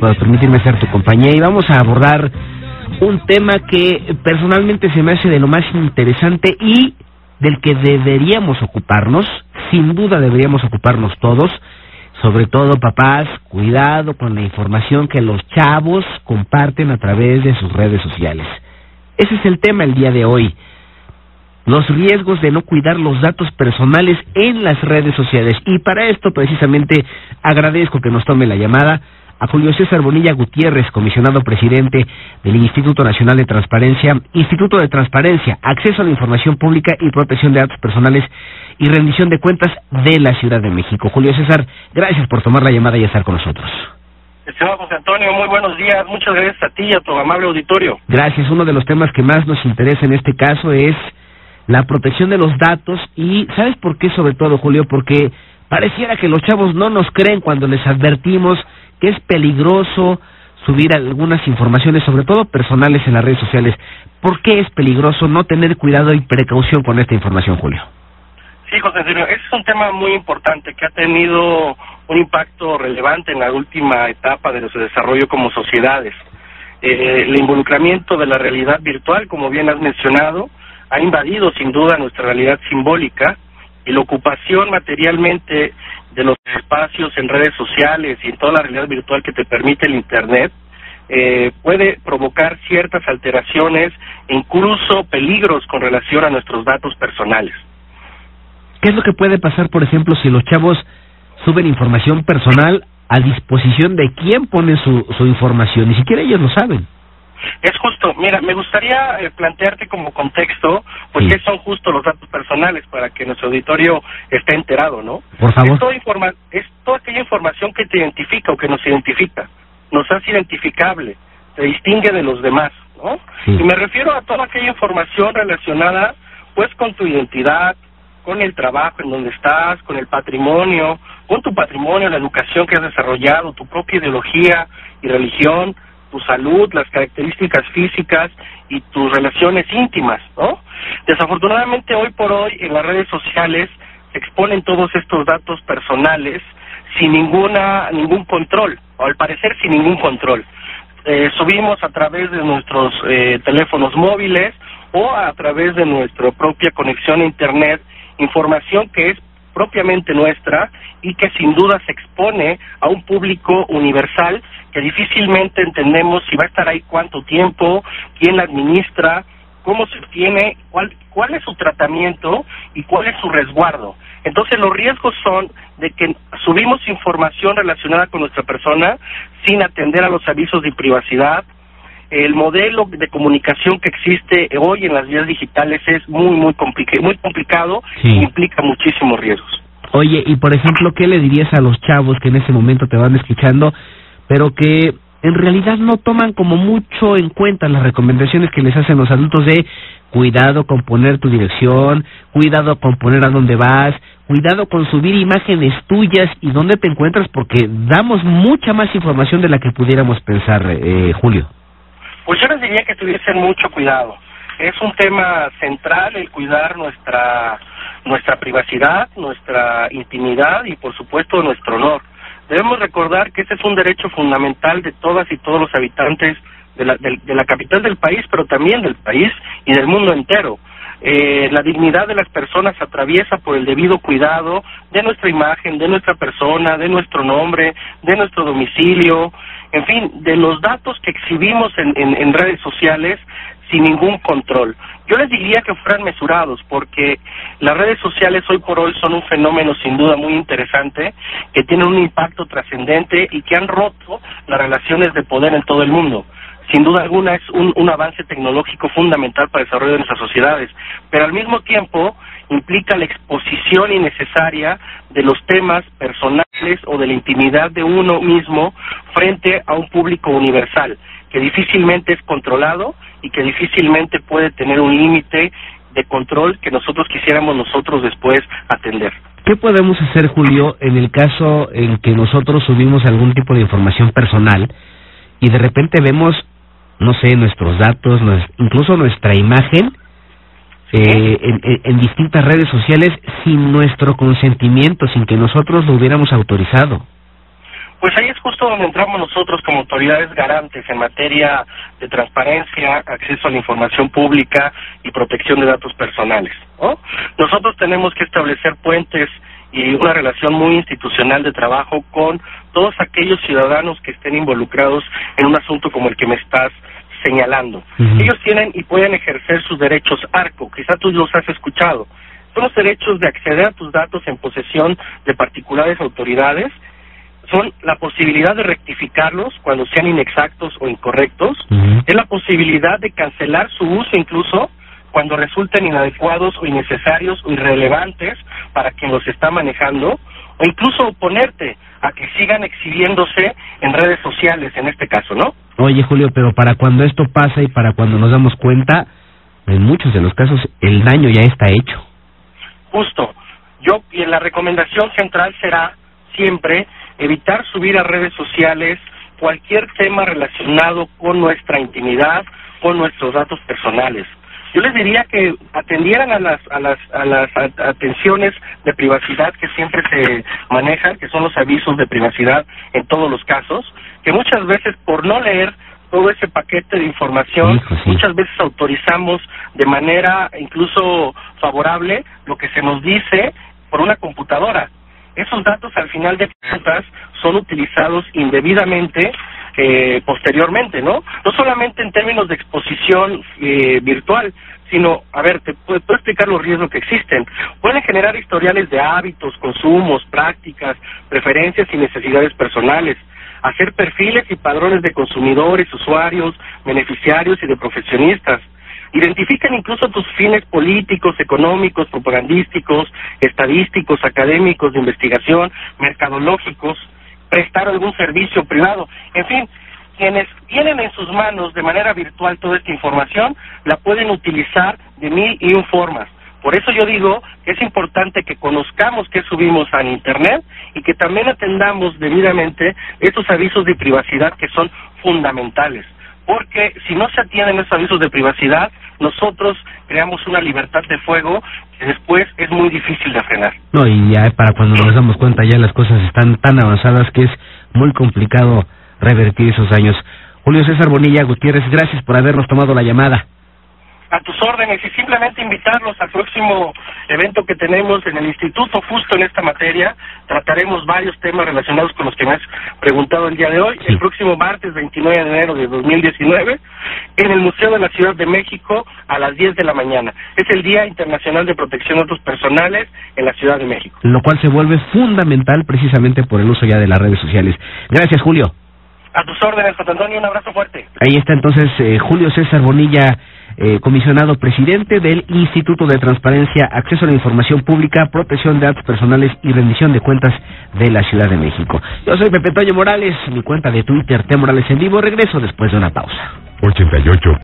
por permitirme ser tu compañía, y vamos a abordar un tema que personalmente se me hace de lo más interesante y del que deberíamos ocuparnos. Sin duda deberíamos ocuparnos todos, sobre todo papás. Cuidado con la información que los chavos comparten a través de sus redes sociales. Ese es el tema el día de hoy. Los riesgos de no cuidar los datos personales en las redes sociales. Y para esto precisamente agradezco que nos tome la llamada a Julio César Bonilla Gutiérrez, comisionado presidente del Instituto Nacional de Transparencia, Instituto de Transparencia, Acceso a la Información Pública y Protección de Datos Personales y Rendición de Cuentas de la Ciudad de México. Julio César, gracias por tomar la llamada y estar con nosotros. Estimado José Antonio, muy buenos días. Muchas gracias a ti y a tu amable auditorio. Gracias. Uno de los temas que más nos interesa en este caso es la protección de los datos. Y ¿sabes por qué? Sobre todo, Julio, porque pareciera que los chavos no nos creen cuando les advertimos que es peligroso subir algunas informaciones, sobre todo personales, en las redes sociales. ¿Por qué es peligroso no tener cuidado y precaución con esta información, Julio? Sí, José Antonio, ese es un tema muy importante que ha tenido un impacto relevante en la última etapa de nuestro desarrollo como sociedades. El involucramiento de la realidad virtual, como bien has mencionado, ha invadido sin duda nuestra realidad simbólica, y la ocupación materialmente de los espacios en redes sociales y en toda la realidad virtual que te permite el Internet puede provocar ciertas alteraciones e incluso peligros con relación a nuestros datos personales. ¿Qué es lo que puede pasar, por ejemplo, si los chavos suben información personal a disposición de quién pone su información? Ni siquiera ellos lo saben. Es justo. Mira, me gustaría plantearte como contexto, pues, qué son justo los datos personales para que nuestro auditorio esté enterado, ¿no? Por favor. Es toda aquella información que te identifica o que nos identifica, nos hace identificable, te distingue de los demás, ¿no? Sí. Y me refiero a toda aquella información relacionada, pues, con tu identidad, con el trabajo en donde estás, con el patrimonio, con tu patrimonio, la educación que has desarrollado, tu propia ideología y religión, tu salud, las características físicas y tus relaciones íntimas, ¿no? Desafortunadamente, hoy por hoy, en las redes sociales se exponen todos estos datos personales sin ningún control, o al parecer sin ningún control. Subimos a través de nuestros teléfonos móviles o a través de nuestra propia conexión a Internet información que es propiamente nuestra y que sin duda se expone a un público universal que difícilmente entendemos si va a estar ahí cuánto tiempo, quién la administra, cómo se obtiene, cuál es su tratamiento y cuál es su resguardo. Entonces los riesgos son de que subimos información relacionada con nuestra persona sin atender a los avisos de privacidad. El modelo de comunicación que existe hoy en las vías digitales es muy complicado, sí, y implica muchísimos riesgos. Oye, y por ejemplo, ¿qué le dirías a los chavos que en ese momento te van escuchando, pero que en realidad no toman como mucho en cuenta las recomendaciones que les hacen los adultos de cuidado con poner tu dirección, cuidado con poner a dónde vas, cuidado con subir imágenes tuyas y dónde te encuentras, porque damos mucha más información de la que pudiéramos pensar, Julio? Pues yo les diría que tuviesen mucho cuidado. Es un tema central el cuidar nuestra privacidad, nuestra intimidad y, por supuesto, nuestro honor. Debemos recordar que este es un derecho fundamental de todas y todos los habitantes de la capital del país, pero también del país y del mundo entero. La dignidad de las personas atraviesa por el debido cuidado de nuestra imagen, de nuestra persona, de nuestro nombre, de nuestro domicilio, en fin, de los datos que exhibimos en redes sociales sin ningún control. Yo les diría que fueran mesurados, porque las redes sociales hoy por hoy son un fenómeno sin duda muy interesante, que tienen un impacto trascendente y que han roto las relaciones de poder en todo el mundo. Sin duda alguna es un avance tecnológico fundamental para el desarrollo de nuestras sociedades, pero al mismo tiempo implica la exposición innecesaria de los temas personales o de la intimidad de uno mismo frente a un público universal, que difícilmente es controlado y que difícilmente puede tener un límite de control que nosotros quisiéramos después atender. ¿Qué podemos hacer, Julio, en el caso en que nosotros subimos algún tipo de información personal y de repente vemos, no sé, nuestros datos, incluso nuestra imagen en distintas redes sociales sin nuestro consentimiento, sin que nosotros lo hubiéramos autorizado? Pues ahí es justo donde entramos nosotros como autoridades garantes en materia de transparencia, acceso a la información pública y protección de datos personales, ¿no? Nosotros tenemos que establecer puentes y una relación muy institucional de trabajo con todos aquellos ciudadanos que estén involucrados en un asunto como el que me estás señalando. Ellos tienen y pueden ejercer sus derechos ARCO, quizá tú los has escuchado. Son los derechos de acceder a tus datos en posesión de particulares autoridades, son la posibilidad de rectificarlos cuando sean inexactos o incorrectos, es la posibilidad de cancelar su uso incluso cuando resulten inadecuados o innecesarios o irrelevantes para quien los está manejando, o incluso oponerte a que sigan exhibiéndose en redes sociales, en este caso, ¿no? Oye, Julio, pero para cuando esto pasa y para cuando nos damos cuenta, en muchos de los casos el daño ya está hecho. Justo. Y la recomendación central será siempre evitar subir a redes sociales cualquier tema relacionado con nuestra intimidad, con nuestros datos personales. Yo les diría que atendieran a las atenciones de privacidad que siempre se manejan, que son los avisos de privacidad en todos los casos, que muchas veces por no leer todo ese paquete de información, muchas veces autorizamos de manera incluso favorable lo que se nos dice por una computadora. Esos datos al final de cuentas son utilizados indebidamente posteriormente, ¿no? No solamente en términos de exposición virtual, sino, a ver, te puedo explicar los riesgos que existen. Pueden generar historiales de hábitos, consumos, prácticas, preferencias y necesidades personales, hacer perfiles y padrones de consumidores, usuarios, beneficiarios y de profesionistas. Identifican incluso tus fines políticos, económicos, propagandísticos, estadísticos, académicos, de investigación, mercadológicos, prestar algún servicio privado. En fin, quienes tienen en sus manos de manera virtual toda esta información, la pueden utilizar de 1001 formas. Por eso yo digo que es importante que conozcamos qué subimos a Internet y que también atendamos debidamente estos avisos de privacidad que son fundamentales. Porque si no se atienden esos avisos de privacidad, nosotros creamos una libertad de fuego que después es muy difícil de frenar. No, y ya para cuando nos damos cuenta ya las cosas están tan avanzadas que es muy complicado revertir esos daños. Julio César Bonilla Gutiérrez, gracias por habernos tomado la llamada. A tus órdenes, y simplemente invitarlos al próximo evento que tenemos en el Instituto justo en esta materia. Trataremos varios temas relacionados con los que me has preguntado el día de hoy. Sí. El próximo martes 29 de enero de 2019 en el Museo de la Ciudad de México a las 10 de la mañana. Es el Día Internacional de Protección de Datos Personales en la Ciudad de México. Lo cual se vuelve fundamental precisamente por el uso ya de las redes sociales. Gracias, Julio. A tus órdenes, José Antonio, un abrazo fuerte. Ahí está entonces Julio César Bonilla, comisionado presidente del Instituto de Transparencia, Acceso a la Información Pública, Protección de Datos Personales y Rendición de Cuentas de la Ciudad de México. Yo soy Pepe Toño Morales, mi cuenta de Twitter, T Morales en Vivo. Regreso después de una pausa. 88.